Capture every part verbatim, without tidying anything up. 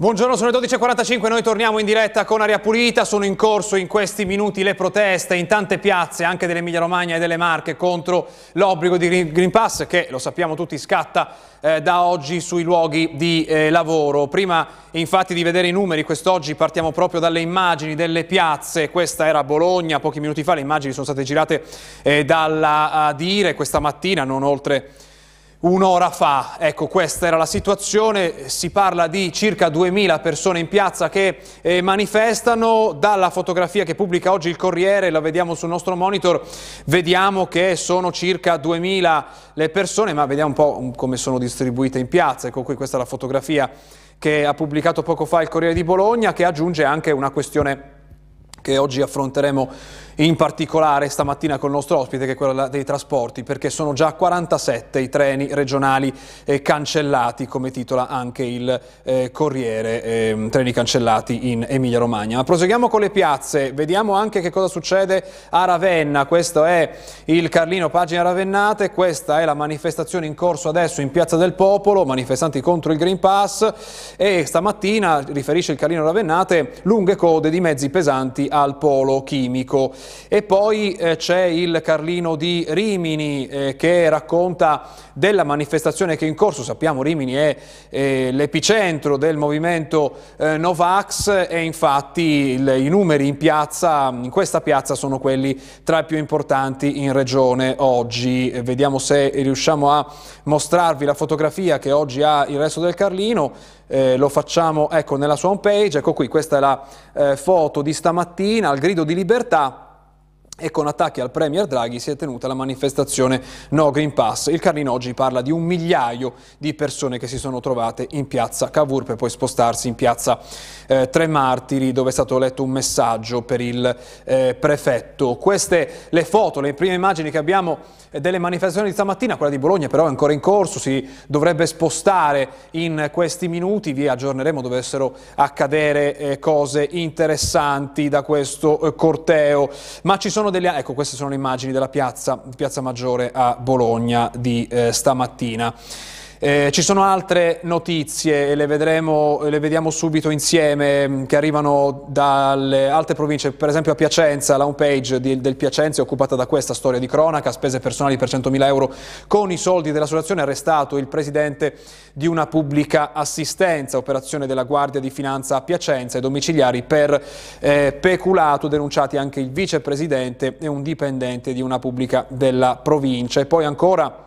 Buongiorno, sono le dodici e quarantacinque, noi torniamo in diretta con Aria Pulita. Sono in corso in questi minuti le proteste in tante piazze, anche dell'Emilia Romagna e delle Marche, contro l'obbligo di Green Pass che, lo sappiamo tutti, scatta eh, da oggi sui luoghi di eh, lavoro. Prima infatti di vedere i numeri, quest'oggi partiamo proprio dalle immagini delle piazze. Questa era Bologna, pochi minuti fa le immagini sono state girate eh, dalla Dire questa mattina, non oltre un'ora fa. Ecco, questa era la situazione. Si parla di circa duemila persone in piazza che eh, manifestano. Dalla fotografia che pubblica oggi il Corriere, la vediamo sul nostro monitor, vediamo che sono circa duemila le persone, ma vediamo un po' come sono distribuite in piazza. Ecco qui, questa è la fotografia che ha pubblicato poco fa il Corriere di Bologna, che aggiunge anche una questione che oggi affronteremo in particolare stamattina col nostro ospite, che è quella dei trasporti, perché sono già quarantasette i treni regionali eh, cancellati, come titola anche il eh, Corriere, eh, treni cancellati in Emilia Romagna. Ma proseguiamo con le piazze, vediamo anche che cosa succede a Ravenna. Questo è il Carlino, pagina Ravennate, questa è la manifestazione in corso adesso in Piazza del Popolo, manifestanti contro il Green Pass, e stamattina, riferisce il Carlino Ravennate, lunghe code di mezzi pesanti al polo chimico. E poi eh, c'è il Carlino di Rimini eh, che racconta della manifestazione che è in corso. Sappiamo Rimini è eh, l'epicentro del movimento eh, Novax, e infatti il, i numeri in piazza, in questa piazza, sono quelli tra i più importanti in regione oggi. Eh, vediamo se riusciamo a mostrarvi la fotografia che oggi ha il Resto del Carlino. Eh, lo facciamo, ecco, nella sua homepage. Ecco qui, questa è la eh, foto di stamattina al grido di libertà, e con attacchi al Premier Draghi si è tenuta la manifestazione No Green Pass. Il Carlino oggi parla di un migliaio di persone che si sono trovate in piazza Cavour per poi spostarsi in piazza eh, Tre Martiri, dove è stato letto un messaggio per il eh, prefetto. Queste le foto, le prime immagini che abbiamo eh, delle manifestazioni di stamattina. Quella di Bologna però è ancora in corso, si dovrebbe spostare in questi minuti. Vi aggiorneremo, dovessero accadere eh, cose interessanti da questo eh, corteo. Ma ci sono delle... Ecco, queste sono le immagini della piazza, piazza Maggiore a Bologna di eh, stamattina. Eh, ci sono altre notizie e le vedremo, le vediamo subito insieme, che arrivano dalle altre province. Per esempio a Piacenza, la homepage di, del Piacenza è occupata da questa storia di cronaca: spese personali per centomila euro con i soldi dell'associazione, arrestato il presidente di una pubblica assistenza, operazione della Guardia di Finanza a Piacenza, e domiciliari per eh, peculato, denunciati anche il vicepresidente e un dipendente di una pubblica della provincia. E poi ancora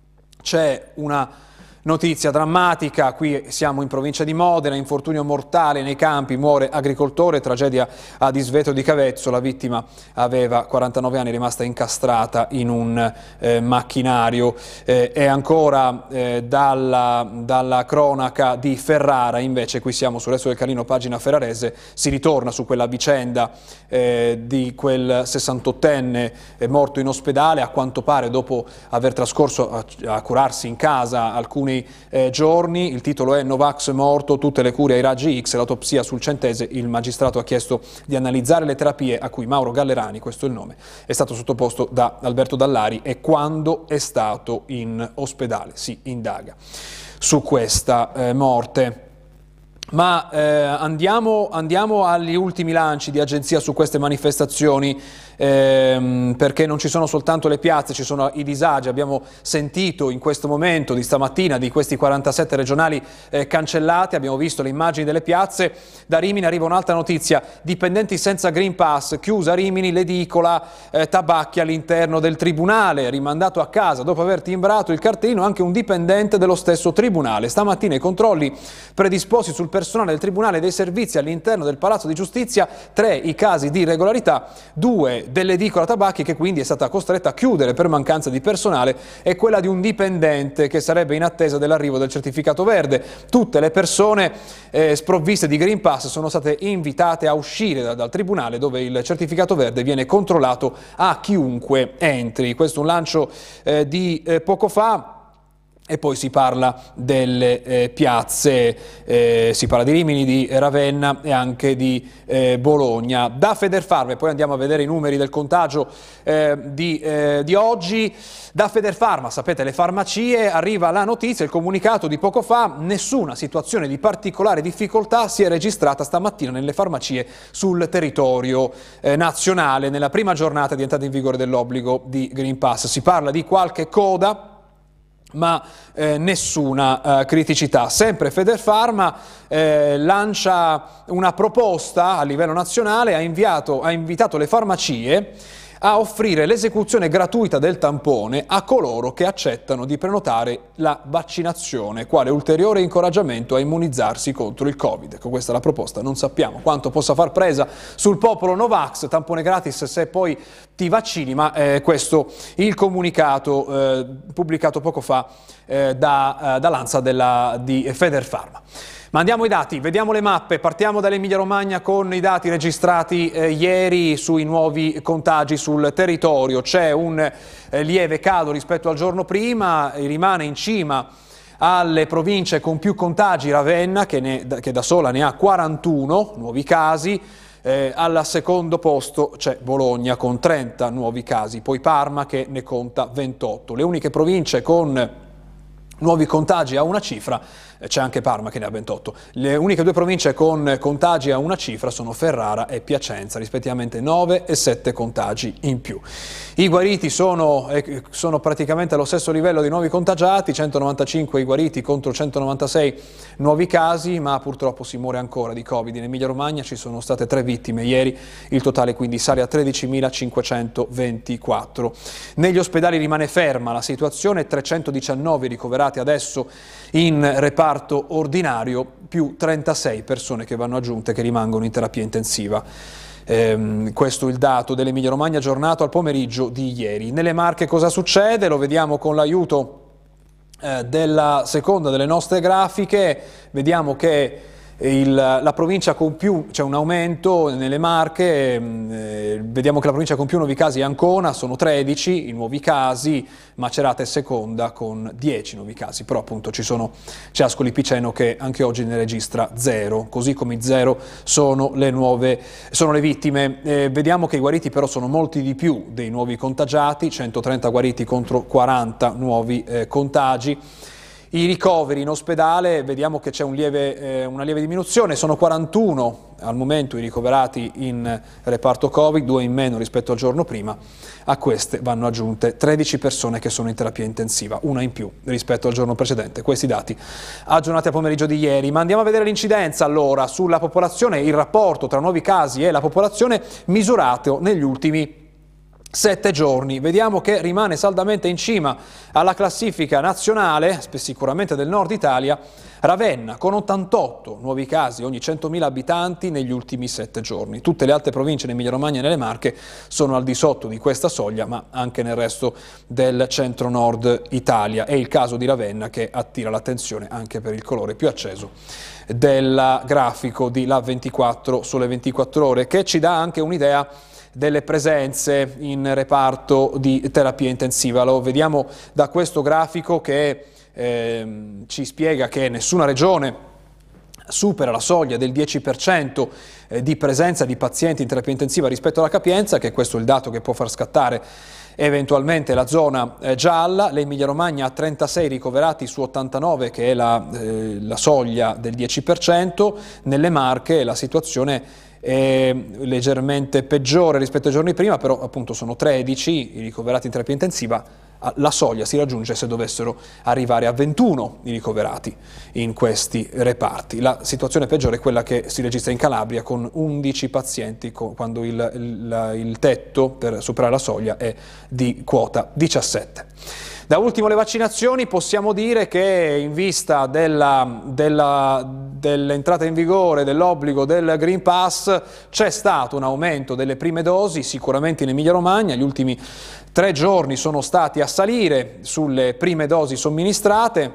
c'è una notizia drammatica, qui siamo in provincia di Modena: infortunio mortale nei campi, muore agricoltore, tragedia a Disvetro di Cavezzo, la vittima aveva quarantanove anni, rimasta incastrata in un eh, macchinario. Eh, e ancora eh, dalla, dalla cronaca di Ferrara, invece, qui siamo sul Resto del Carlino, pagina ferrarese, si ritorna su quella vicenda eh, di quel sessantottenne eh, morto in ospedale, a quanto pare dopo aver trascorso a, a curarsi in casa alcuni Eh, giorni. Il titolo è Novax morto, tutte le cure ai raggi X, l'autopsia sul Centese. Il magistrato ha chiesto di analizzare le terapie a cui Mauro Gallerani, questo è il nome, è stato sottoposto da Alberto Dallari, e quando è stato in ospedale. Si indaga su questa eh, morte. Ma eh, andiamo, andiamo agli ultimi lanci di agenzia su queste manifestazioni, ehm, perché non ci sono soltanto le piazze, ci sono i disagi. Abbiamo sentito in questo momento di stamattina di questi quarantasette regionali eh, cancellati, abbiamo visto le immagini delle piazze. Da Rimini arriva un'altra notizia: dipendenti senza Green Pass, chiusa a Rimini l'edicola eh, tabacchi all'interno del tribunale, rimandato a casa dopo aver timbrato il cartellino anche un dipendente dello stesso tribunale. Stamattina i controlli predisposti sul personale del Tribunale dei Servizi all'interno del Palazzo di Giustizia, tre i casi di irregolarità, due dell'edicola tabacchi, che quindi è stata costretta a chiudere per mancanza di personale, e quella di un dipendente che sarebbe in attesa dell'arrivo del certificato verde. Tutte le persone eh, sprovviste di Green Pass sono state invitate a uscire da, dal Tribunale, dove il certificato verde viene controllato a chiunque entri. Questo è un lancio eh, di eh, poco fa. E poi si parla delle eh, piazze, eh, si parla di Rimini, di Ravenna e anche di eh, Bologna. Da Federfarma, e poi andiamo a vedere i numeri del contagio eh, di, eh, di oggi. Da Federfarma, sapete, le farmacie, arriva la notizia, il comunicato di poco fa: nessuna situazione di particolare difficoltà si è registrata stamattina nelle farmacie sul territorio eh, nazionale, nella prima giornata di entrata in vigore dell'obbligo di Green Pass. Si parla di qualche coda, ma eh, nessuna eh, criticità. Sempre Federfarma eh, lancia una proposta a livello nazionale, ha, inviato, ha invitato le farmacie a offrire l'esecuzione gratuita del tampone a coloro che accettano di prenotare la vaccinazione, quale ulteriore incoraggiamento a immunizzarsi contro il Covid. Ecco, questa è la proposta. Non sappiamo quanto possa far presa sul popolo Novax, tampone gratis se poi ti vaccini, ma eh, questo il comunicato eh, pubblicato poco fa eh, da, eh, da Lanza della, di Federfarma. Ma andiamo ai dati, vediamo le mappe, partiamo dall'Emilia Romagna con i dati registrati eh, ieri sui nuovi contagi sul territorio. C'è un eh, lieve calo rispetto al giorno prima, rimane in cima alle province con più contagi Ravenna, che, ne, che da sola ne ha quarantuno nuovi casi. Eh, al secondo posto c'è Bologna con trenta nuovi casi, poi Parma che ne conta ventotto. Le uniche province con nuovi contagi a una cifra, c'è anche Parma che ne ha ventotto. Le uniche due province con contagi a una cifra sono Ferrara e Piacenza, rispettivamente nove e sette contagi in più. I guariti sono, eh, sono praticamente allo stesso livello dei nuovi contagiati, centonovantacinque i guariti contro centonovantasei nuovi casi, ma purtroppo si muore ancora di Covid. In Emilia Romagna ci sono state tre vittime ieri, il totale quindi sale a tredicimilacinquecentoventiquattro. Negli ospedali rimane ferma la situazione, trecentodiciannove ricoverati adesso in reparto ordinario, più trentasei persone che vanno aggiunte, che rimangono in terapia intensiva. Eh, questo è il dato dell'Emilia Romagna aggiornato al pomeriggio di ieri. Nelle Marche cosa succede? Lo vediamo con l'aiuto eh, della seconda delle nostre grafiche. Vediamo che Il, la provincia con più, c'è un aumento nelle Marche, eh, vediamo che la provincia con più nuovi casi è Ancona, sono tredici i nuovi casi, Macerata è seconda con dieci nuovi casi, però appunto ci sono, c'è Ascoli Piceno che anche oggi ne registra zero, così come zero sono le nuove, sono le vittime. Eh, vediamo che i guariti però sono molti di più dei nuovi contagiati, centotrenta guariti contro quaranta nuovi eh, contagi. I ricoveri in ospedale, vediamo che c'è un lieve, eh, una lieve diminuzione, sono quarantuno al momento i ricoverati in reparto Covid, due in meno rispetto al giorno prima. A queste vanno aggiunte tredici persone che sono in terapia intensiva, una in più rispetto al giorno precedente. Questi dati aggiornati al pomeriggio di ieri. Ma andiamo a vedere l'incidenza allora sulla popolazione, il rapporto tra nuovi casi e la popolazione misurato negli ultimi sette giorni. Vediamo che rimane saldamente in cima alla classifica nazionale, sicuramente del nord Italia, Ravenna con ottantotto nuovi casi ogni centomila abitanti negli ultimi sette giorni. Tutte le altre province in Emilia Romagna e nelle Marche sono al di sotto di questa soglia, ma anche nel resto del centro-nord Italia. È il caso di Ravenna che attira l'attenzione anche per il colore più acceso del grafico di La ventiquattro Sole ventiquattro Ore, che ci dà anche un'idea delle presenze in reparto di terapia intensiva. Lo vediamo da questo grafico che eh, ci spiega che nessuna regione supera la soglia del dieci per cento di presenza di pazienti in terapia intensiva rispetto alla capienza, che questo è il dato che può far scattare eventualmente la zona eh, gialla. L'Emilia Romagna ha trentasei ricoverati su ottantanove, che è la, eh, la soglia del dieci per cento. Nelle Marche la situazione è leggermente peggiore rispetto ai giorni prima, però appunto sono tredici i ricoverati in terapia intensiva. La soglia si raggiunge se dovessero arrivare a ventuno i ricoverati in questi reparti. La situazione peggiore è quella che si registra in Calabria con undici pazienti, quando il, il, il tetto per superare la soglia è di quota diciassette. Da ultimo le vaccinazioni, possiamo dire che in vista della, della, dell'entrata in vigore dell'obbligo del Green Pass c'è stato un aumento delle prime dosi, sicuramente in Emilia Romagna. Gli ultimi tre giorni sono stati a salire sulle prime dosi somministrate,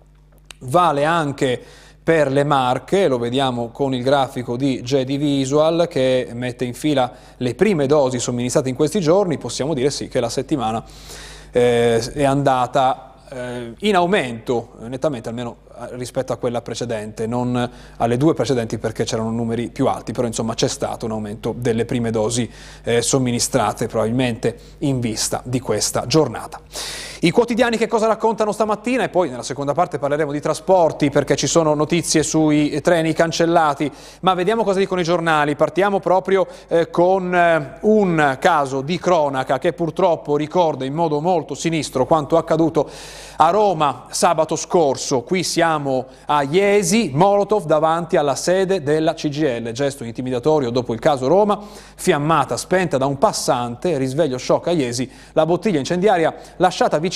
vale anche per le Marche, lo vediamo con il grafico di Jedi Visual che mette in fila le prime dosi somministrate in questi giorni. Possiamo dire sì che la settimana Eh, è andata eh, in aumento, nettamente almeno rispetto a quella precedente, non alle due precedenti perché c'erano numeri più alti, però insomma c'è stato un aumento delle prime dosi eh, somministrate probabilmente in vista di questa giornata. I quotidiani che cosa raccontano stamattina, e poi nella seconda parte parleremo di trasporti perché ci sono notizie sui treni cancellati, ma vediamo cosa dicono i giornali. Partiamo proprio eh, con eh, un caso di cronaca che purtroppo ricorda in modo molto sinistro quanto accaduto a Roma sabato scorso. Qui siamo a Iesi, Molotov davanti alla sede della C G I L, gesto intimidatorio dopo il caso Roma, fiammata spenta da un passante, risveglio shock a Iesi, la bottiglia incendiaria lasciata vicino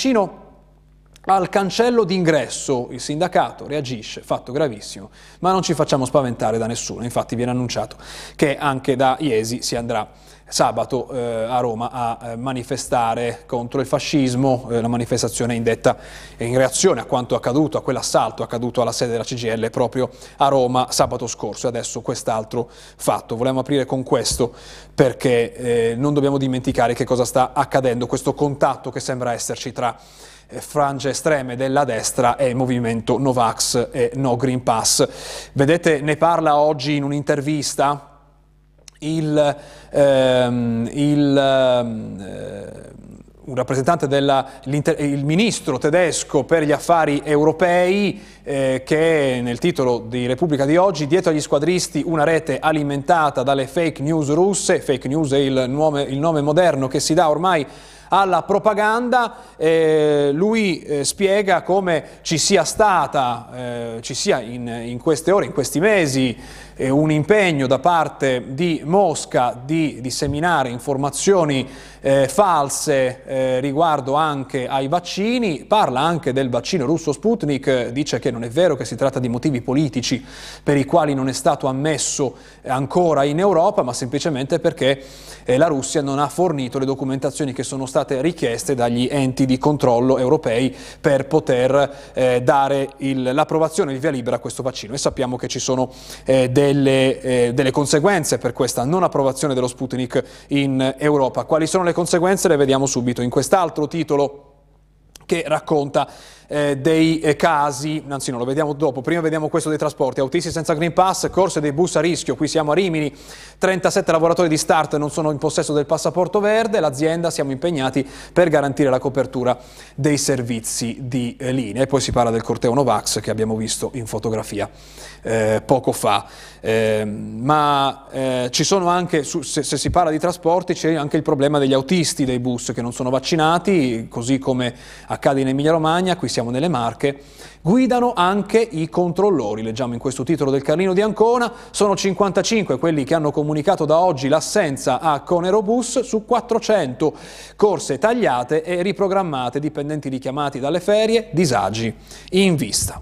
al cancello d'ingresso. Il sindacato reagisce, fatto gravissimo, ma non ci facciamo spaventare da nessuno. Infatti viene annunciato che anche da Iesi si andrà sabato eh, a Roma a eh, manifestare contro il fascismo, eh, la manifestazione indetta in reazione a quanto accaduto, a quell'assalto accaduto alla sede della C G I L proprio a Roma sabato scorso, e adesso quest'altro fatto. Volevamo aprire con questo perché eh, non dobbiamo dimenticare che cosa sta accadendo, questo contatto che sembra esserci tra frange estreme della destra e il movimento Novax e No Green Pass. Vedete, ne parla oggi in un'intervista il, ehm, il ehm, un rappresentante del ministro tedesco per gli affari europei eh, che nel titolo di Repubblica di oggi: dietro agli squadristi una rete alimentata dalle fake news russe. Fake news è il nome, il nome moderno che si dà ormai alla propaganda. Eh, lui eh, spiega come ci sia stata, eh, ci sia in, in queste ore, in questi mesi, eh, un impegno da parte di Mosca di disseminare informazioni eh, false eh, riguardo anche ai vaccini. Parla anche del vaccino russo Sputnik, dice che non è vero, che si tratta di motivi politici per i quali non è stato ammesso ancora in Europa, ma semplicemente perché eh, la Russia non ha fornito le documentazioni che sono state richieste dagli enti di controllo europei per poter eh, dare l'approvazione di via libera a questo vaccino, e sappiamo che ci sono eh, delle, eh, delle conseguenze per questa non approvazione dello Sputnik in Europa. Quali sono le conseguenze? Le vediamo subito in quest'altro titolo che racconta eh, dei eh, casi, anzi no, lo vediamo dopo, prima vediamo questo dei trasporti. Autisti senza Green Pass, corse dei bus a rischio. Qui siamo a Rimini, trentasette lavoratori di Start non sono in possesso del passaporto verde, l'azienda siamo impegnati per garantire la copertura dei servizi di eh, linea. E poi si parla del corteo Novax che abbiamo visto in fotografia eh, poco fa. Eh, ma eh, ci sono anche, su, se, se si parla di trasporti, c'è anche il problema degli autisti dei bus che non sono vaccinati, così come accade in Emilia Romagna. Qui siamo nelle Marche. Guidano anche i controllori, leggiamo in questo titolo del Carlino di Ancona. Sono cinquantacinque quelli che hanno comunicato da oggi l'assenza a Conerobus su quattrocento corse tagliate e riprogrammate, dipendenti richiamati dalle ferie, disagi in vista.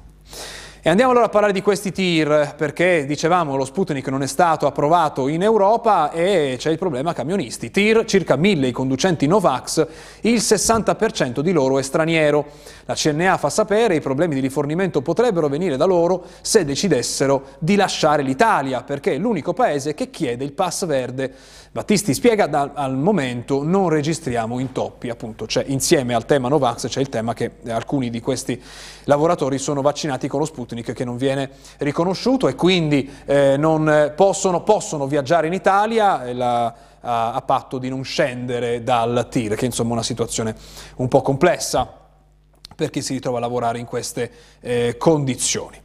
E andiamo allora a parlare di questi tir, perché dicevamo lo Sputnik non è stato approvato in Europa e c'è il problema camionisti. Tir, circa mille i conducenti Novax, il sessanta per cento di loro è straniero. La C N A fa sapere i problemi di rifornimento potrebbero venire da loro se decidessero di lasciare l'Italia, perché è l'unico paese che chiede il pass verde. Battisti spiega, da, al momento non registriamo intoppi, appunto, cioè, insieme al tema Novax c'è il tema che alcuni di questi lavoratori sono vaccinati con lo Sputnik che non viene riconosciuto e quindi eh, non possono, possono viaggiare in Italia la, a, a patto di non scendere dal tir, che insomma è una situazione un po' complessa per chi si ritrova a lavorare in queste eh, condizioni.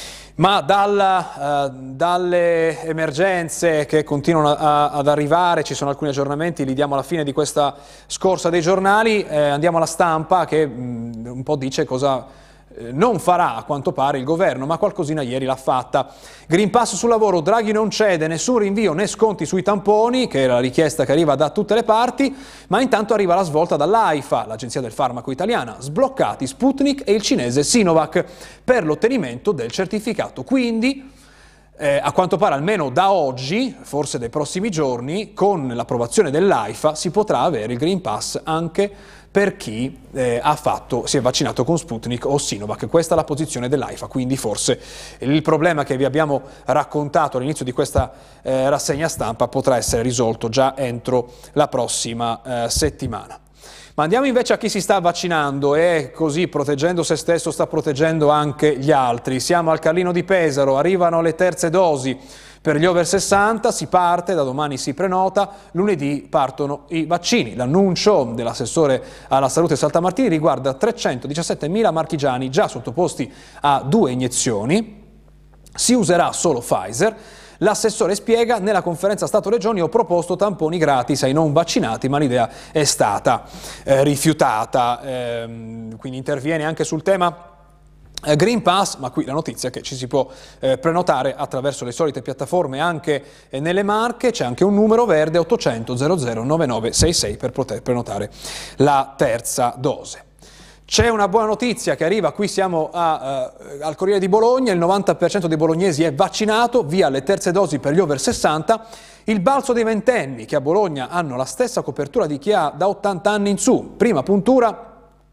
Ma dalla, uh, dalle emergenze che continuano a, ad arrivare, ci sono alcuni aggiornamenti, li diamo alla fine di questa scorsa dei giornali. Eh, andiamo alla Stampa che mh, un po' dice cosa eh, non farà a quanto pare il governo, ma qualcosina ieri l'ha fatta. Green Pass sul lavoro, Draghi non cede, nessun rinvio né sconti sui tamponi, che è la richiesta che arriva da tutte le parti, ma intanto arriva la svolta dall'AIFA, l'Agenzia del Farmaco Italiana, sbloccati Sputnik e il cinese Sinovac per l'ottenimento del certificato. Quindi, eh, a quanto pare almeno da oggi, forse dai prossimi giorni, con l'approvazione dell'AIFA si potrà avere il Green Pass anche per chi eh, ha fatto, si è vaccinato con Sputnik o Sinovac. Questa è la posizione dell'AIFA, quindi forse il problema che vi abbiamo raccontato all'inizio di questa eh, rassegna stampa potrà essere risolto già entro la prossima eh, settimana. Ma andiamo invece a chi si sta vaccinando e così proteggendo se stesso sta proteggendo anche gli altri. Siamo al Carlino di Pesaro, arrivano le terze dosi per gli over sessanta, si parte, da domani si prenota, lunedì partono i vaccini. L'annuncio dell'assessore alla salute Saltamartini riguarda trecentodiciassettemila marchigiani già sottoposti a due iniezioni, si userà solo Pfizer. L'assessore spiega: nella conferenza Stato-Regioni ho proposto tamponi gratis ai non vaccinati, ma l'idea è stata eh, rifiutata. Ehm, quindi interviene anche sul tema Green Pass, ma qui la notizia è che ci si può eh, prenotare attraverso le solite piattaforme anche eh, nelle Marche. C'è anche un numero verde ottocento zero zero nove nove sei sei per poter prenotare la terza dose. C'è una buona notizia che arriva, qui siamo a, uh, al Corriere di Bologna, il novanta per cento dei bolognesi è vaccinato, via le terze dosi per gli over sessanta, il balzo dei ventenni che a Bologna hanno la stessa copertura di chi ha da ottanta anni in su, prima puntura.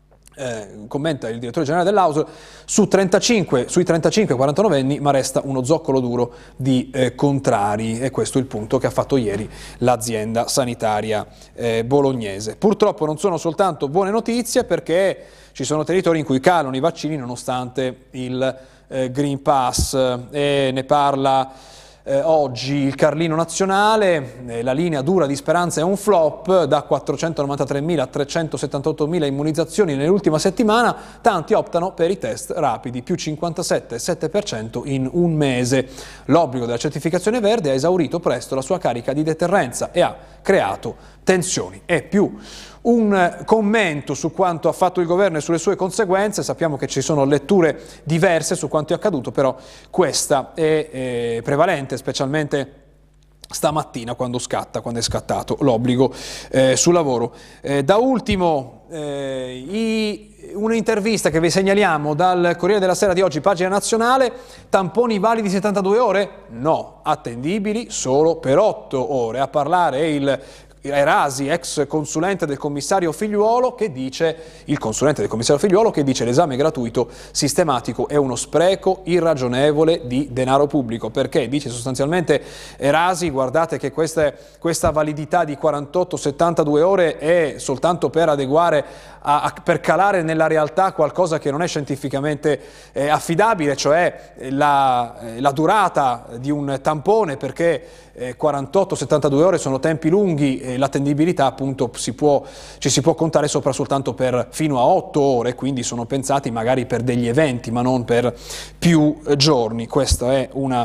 Eh, commenta il direttore generale dell'A U S, su trentacinque, sui trentacinque quarantanove anni, ma resta uno zoccolo duro di eh, contrari, e questo è il punto che ha fatto ieri l'azienda sanitaria eh, bolognese. Purtroppo non sono soltanto buone notizie, perché ci sono territori in cui calano i vaccini nonostante il eh, Green Pass, e ne parla Eh, oggi il Carlino Nazionale. Eh, la linea dura di Speranza è un flop, da quattrocentonovantatremila a trecentosettantottomila immunizzazioni nell'ultima settimana, tanti optano per i test rapidi, più cinquantasette virgola sette per cento in un mese. L'obbligo della certificazione verde ha esaurito presto la sua carica di deterrenza e ha creato tensioni. È più un commento su quanto ha fatto il governo e sulle sue conseguenze. Sappiamo che ci sono letture diverse su quanto è accaduto, però questa è eh, prevalente, specialmente stamattina quando scatta, quando è scattato l'obbligo eh, sul lavoro. Eh, da ultimo eh, i, un'intervista che vi segnaliamo dal Corriere della Sera di oggi, pagina nazionale: tamponi validi settantadue ore? No, attendibili solo per otto ore. A parlare è il Erasi, ex consulente del commissario Figliuolo, che dice, il consulente del commissario Figliuolo, che dice: l'esame gratuito sistematico è uno spreco irragionevole di denaro pubblico. Perché? Dice sostanzialmente Erasi: guardate che queste, questa validità di quarantotto settantadue ore è soltanto per adeguare, a, a, per calare nella realtà qualcosa che non è scientificamente eh, affidabile, cioè la, la durata di un tampone, perché eh, quarantotto settantadue ore sono tempi lunghi. L'attendibilità appunto si può, ci si può contare sopra soltanto per fino a otto ore, quindi sono pensati magari per degli eventi ma non per più giorni. Questa è una,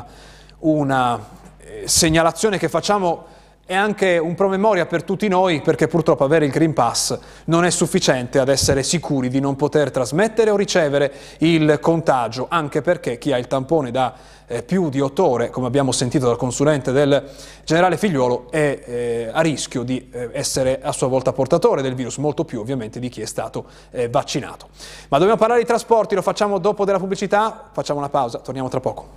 una segnalazione che facciamo, è anche un promemoria per tutti noi, perché purtroppo avere il Green Pass non è sufficiente ad essere sicuri di non poter trasmettere o ricevere il contagio, anche perché chi ha il tampone da eh, più di otto ore, come abbiamo sentito dal consulente del generale Figliuolo, è eh, a rischio di eh, essere a sua volta portatore del virus, molto più ovviamente di chi è stato eh, vaccinato. Ma dobbiamo parlare di trasporti, lo facciamo dopo della pubblicità, facciamo una pausa, torniamo tra poco.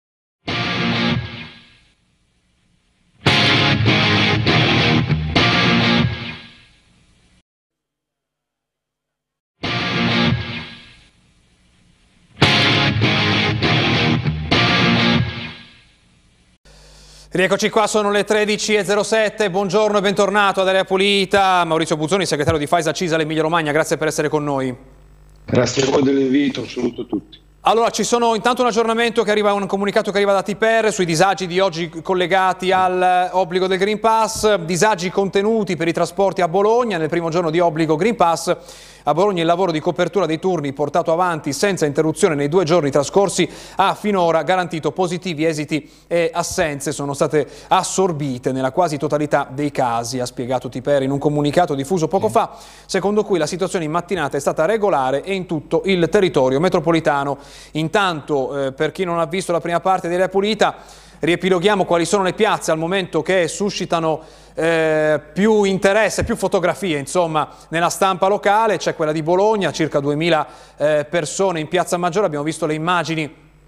Rieccoci qua, sono le tredici e zero sette, buongiorno e bentornato ad Aria Pulita. Maurizio Buzzoni, segretario di Pfizer Cisal Emilia Romagna, grazie per essere con noi. Grazie a voi dell'invito, un saluto a tutti. Allora, ci sono intanto un aggiornamento che arriva, un comunicato che arriva da T P R sui disagi di oggi collegati all'obbligo del Green Pass, disagi contenuti per i trasporti a Bologna. Nel primo giorno di obbligo Green Pass a Bologna il lavoro di copertura dei turni portato avanti senza interruzione nei due giorni trascorsi ha finora garantito positivi, esiti e assenze sono state assorbite nella quasi totalità dei casi, ha spiegato T P R in un comunicato diffuso poco fa, secondo cui la situazione in mattinata è stata regolare e in tutto il territorio metropolitano. Intanto, eh, per chi non ha visto la prima parte di Aria Pulita, riepiloghiamo quali sono le piazze al momento che suscitano eh, più interesse, più fotografie insomma nella stampa locale. C'è quella di Bologna, circa duemila eh, persone in Piazza Maggiore, abbiamo visto le immagini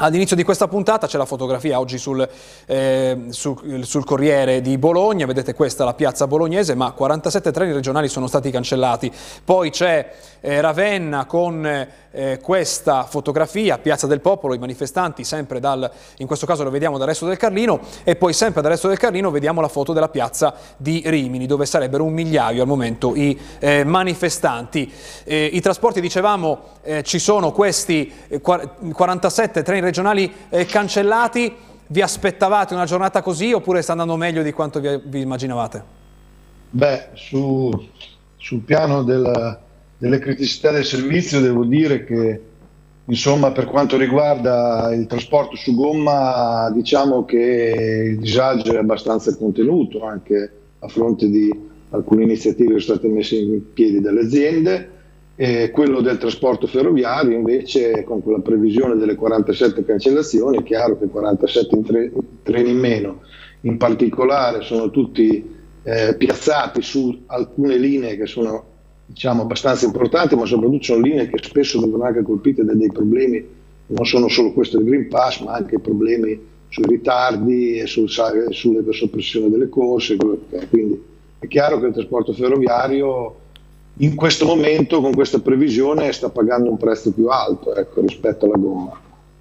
All'inizio di questa puntata c'è la fotografia oggi sul, eh, sul, sul Corriere di Bologna, vedete questa è la piazza bolognese, ma quarantasette treni regionali sono stati cancellati. Poi c'è eh, Ravenna con eh, questa fotografia, Piazza del Popolo, i manifestanti sempre dal, in questo caso lo vediamo dal Resto del Carlino, e poi sempre dal Resto del Carlino vediamo la foto della piazza di Rimini, dove sarebbero un migliaio al momento i eh, manifestanti. Eh, I trasporti, dicevamo, eh, ci sono questi eh, quarantasette treni regionali eh, cancellati. Vi aspettavate una giornata così oppure sta andando meglio di quanto vi, vi immaginavate? Beh, su, sul piano della, delle criticità del servizio devo dire che, insomma, per quanto riguarda il trasporto su gomma, diciamo che il disagio è abbastanza contenuto, anche a fronte di alcune iniziative che sono state messe in piedi dalle aziende. E quello del trasporto ferroviario invece, con quella previsione delle quarantasette cancellazioni, è chiaro che quarantasette in tre, treni in meno, in particolare sono tutti eh, piazzati su alcune linee che sono, diciamo, abbastanza importanti, ma soprattutto sono linee che spesso vengono anche colpite da dei problemi, non sono solo questo del Green Pass, ma anche problemi sui ritardi e sul, sulle soppressione delle corse. Quindi è chiaro che il trasporto ferroviario in questo momento, con questa previsione, sta pagando un prezzo più alto, ecco, rispetto alla gomma.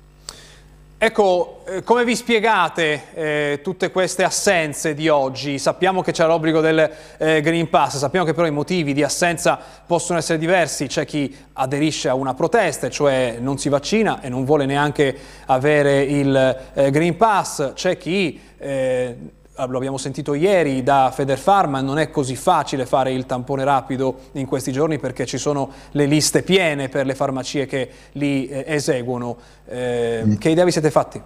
Ecco, eh, come vi spiegate eh, tutte queste assenze di oggi? Sappiamo che c'è l'obbligo del eh, Green Pass, sappiamo che però i motivi di assenza possono essere diversi. C'è chi aderisce a una protesta, cioè non si vaccina e non vuole neanche avere il eh, Green Pass, c'è chi... Eh, lo abbiamo sentito ieri da Federfarma, non è così facile fare il tampone rapido in questi giorni perché ci sono le liste piene per le farmacie che li eh, eseguono. Eh, mm. Che idea vi siete fatti?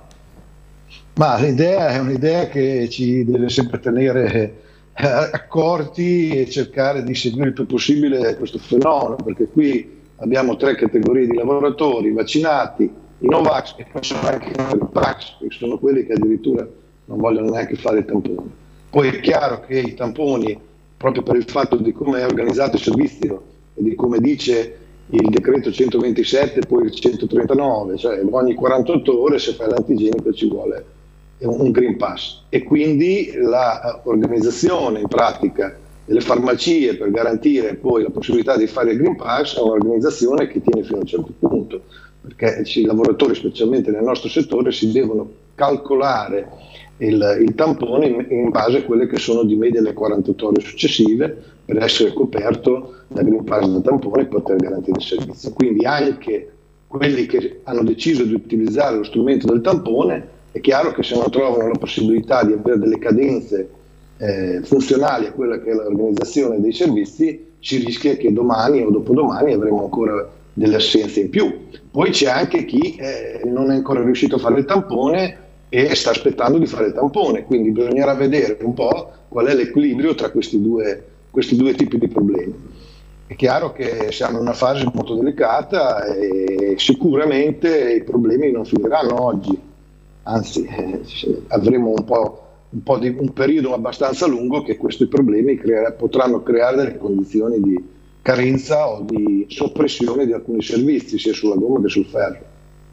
Ma l'idea è un'idea che ci deve sempre tenere eh, accorti e cercare di seguire il più possibile questo fenomeno, perché qui abbiamo tre categorie di lavoratori: vaccinati, i Novax e poi sono anche i Novax, che sono quelli che addirittura non vogliono neanche fare i tamponi. Poi è chiaro che i tamponi, proprio per il fatto di come è organizzato il servizio e di come dice il decreto centoventisette e poi il centotrentanove, cioè ogni quarantotto ore se fai l'antigenico ci vuole un Green Pass, e quindi l'organizzazione in pratica delle farmacie per garantire poi la possibilità di fare il Green Pass è un'organizzazione che tiene fino a un certo punto, perché i lavoratori, specialmente nel nostro settore, si devono calcolare Il, il tampone in, in base a quelle che sono di media le quarantotto ore successive per essere coperto da Green Pass da tampone e poter garantire il servizio. Quindi anche quelli che hanno deciso di utilizzare lo strumento del tampone, è chiaro che se non trovano la possibilità di avere delle cadenze eh, funzionali a quella che è l'organizzazione dei servizi, si rischia che domani o dopodomani avremo ancora delle assenze in più. Poi c'è anche chi eh, non è ancora riuscito a fare il tampone e sta aspettando di fare il tampone, quindi bisognerà vedere un po' qual è l'equilibrio tra questi due, questi due tipi di problemi. È chiaro che siamo in una fase molto delicata e sicuramente i problemi non finiranno oggi, anzi eh, avremo un po', un po' di un periodo abbastanza lungo che questi problemi crea, potranno creare delle condizioni di carenza o di soppressione di alcuni servizi, sia sulla gomma che sul ferro.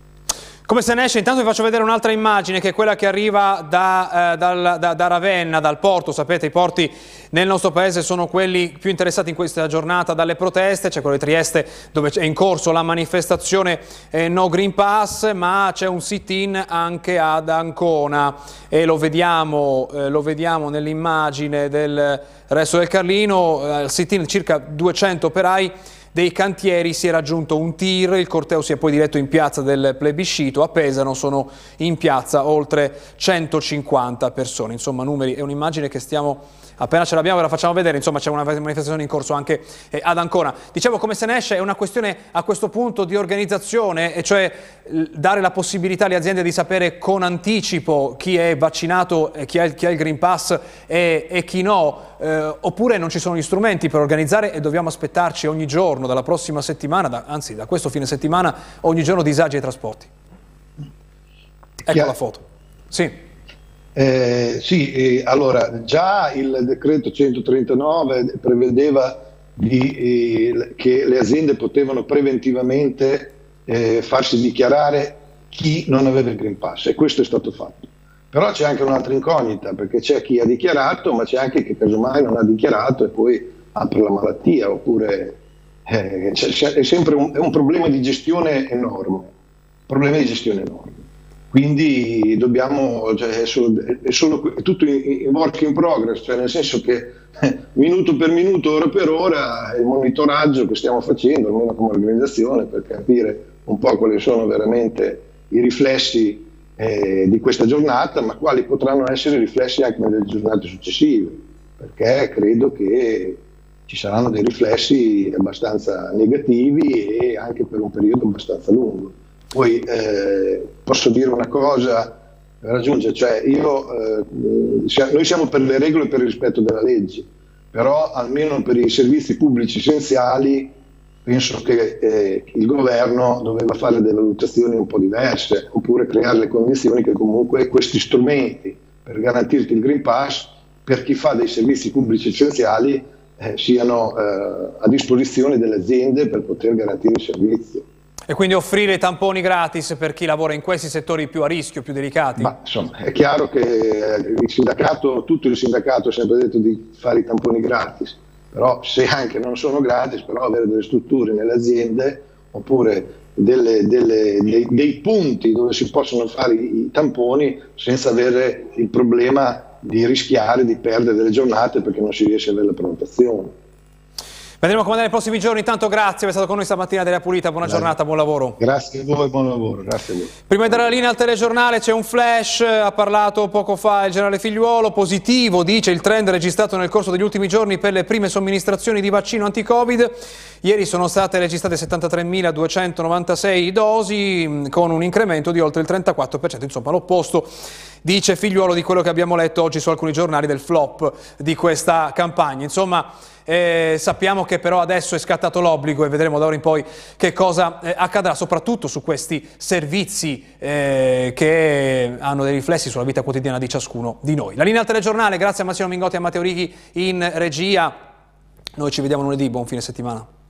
Come se ne esce? Intanto vi faccio vedere un'altra immagine, che è quella che arriva da, eh, dal, da, da Ravenna, dal porto. Sapete, i porti nel nostro paese sono quelli più interessati in questa giornata dalle proteste. C'è quello di Trieste dove è in corso la manifestazione eh, No Green Pass, ma c'è un sit-in anche ad Ancona e lo vediamo, eh, lo vediamo nell'immagine del Resto del Carlino. Eh, sit-in circa duecento operai dei cantieri, si è raggiunto un tir, il corteo si è poi diretto in piazza del plebiscito, a Pesaro sono in piazza oltre centocinquanta persone, insomma numeri, è un'immagine che stiamo, appena ce l'abbiamo ve la facciamo vedere, insomma c'è una manifestazione in corso anche eh, ad Ancona. Dicevo, come se ne esce? È una questione a questo punto di organizzazione, e cioè dare la possibilità alle aziende di sapere con anticipo chi è vaccinato, chi ha, chi ha il Green Pass e, e chi no, eh, oppure non ci sono gli strumenti per organizzare e dobbiamo aspettarci ogni giorno, dalla prossima settimana, da, anzi da questo fine settimana, ogni giorno disagi ai trasporti. Ecco Chiaro. La foto. Sì. Eh, sì, eh, allora già il decreto centotrentanove prevedeva di, eh, che le aziende potevano preventivamente eh, farsi dichiarare chi non aveva il Green Pass, e questo è stato fatto. Però c'è anche un'altra incognita, perché c'è chi ha dichiarato, ma c'è anche chi casomai non ha dichiarato e poi ha per la malattia, oppure eh, c'è, è sempre un, è un problema di gestione enorme, problema di gestione enorme. Quindi dobbiamo, cioè, è, solo, è, solo, è tutto in, in work in progress, cioè nel senso che eh, minuto per minuto, ora per ora, il monitoraggio che stiamo facendo, almeno come organizzazione, per capire un po' quali sono veramente i riflessi eh, di questa giornata, ma quali potranno essere riflessi anche nelle giornate successive, perché credo che ci saranno dei riflessi abbastanza negativi e anche per un periodo abbastanza lungo. Poi eh, posso dire una cosa per raggiungere, cioè io, eh, noi siamo per le regole e per il rispetto della legge, però almeno per i servizi pubblici essenziali penso che eh, il governo doveva fare delle valutazioni un po' diverse, oppure creare le condizioni che comunque questi strumenti per garantirti il Green Pass per chi fa dei servizi pubblici essenziali eh, siano eh, a disposizione delle aziende per poter garantire il servizio. E quindi offrire i tamponi gratis per chi lavora in questi settori più a rischio, più delicati? Ma insomma, è chiaro che il sindacato, tutto il sindacato ha sempre detto di fare i tamponi gratis, però se anche non sono gratis, però avere delle strutture nelle aziende oppure delle, delle, dei, dei punti dove si possono fare i, i tamponi senza avere il problema di rischiare di perdere delle giornate perché non si riesce a avere la prenotazione. Vedremo come andare nei prossimi giorni. Intanto grazie, per essere stato con noi stamattina dell'Aria Pulita, buona Dai. giornata, buon lavoro. Grazie a voi, buon lavoro, grazie a voi. Prima di dare la linea al telegiornale c'è un flash, ha parlato poco fa il generale Figliuolo, positivo, dice il trend registrato nel corso degli ultimi giorni per le prime somministrazioni di vaccino anti-Covid. Ieri sono state registrate settantatremiladuecentonovantasei dosi con un incremento di oltre il trentaquattro per cento, insomma l'opposto, dice Figliuolo, di quello che abbiamo letto oggi su alcuni giornali del flop di questa campagna. Insomma, Eh, sappiamo che però adesso è scattato l'obbligo e vedremo da ora in poi che cosa eh, accadrà, soprattutto su questi servizi eh, che hanno dei riflessi sulla vita quotidiana di ciascuno di noi. La linea al telegiornale, grazie a Massimo Mingotti e a Matteo Righi in regia. Noi ci vediamo lunedì, buon fine settimana.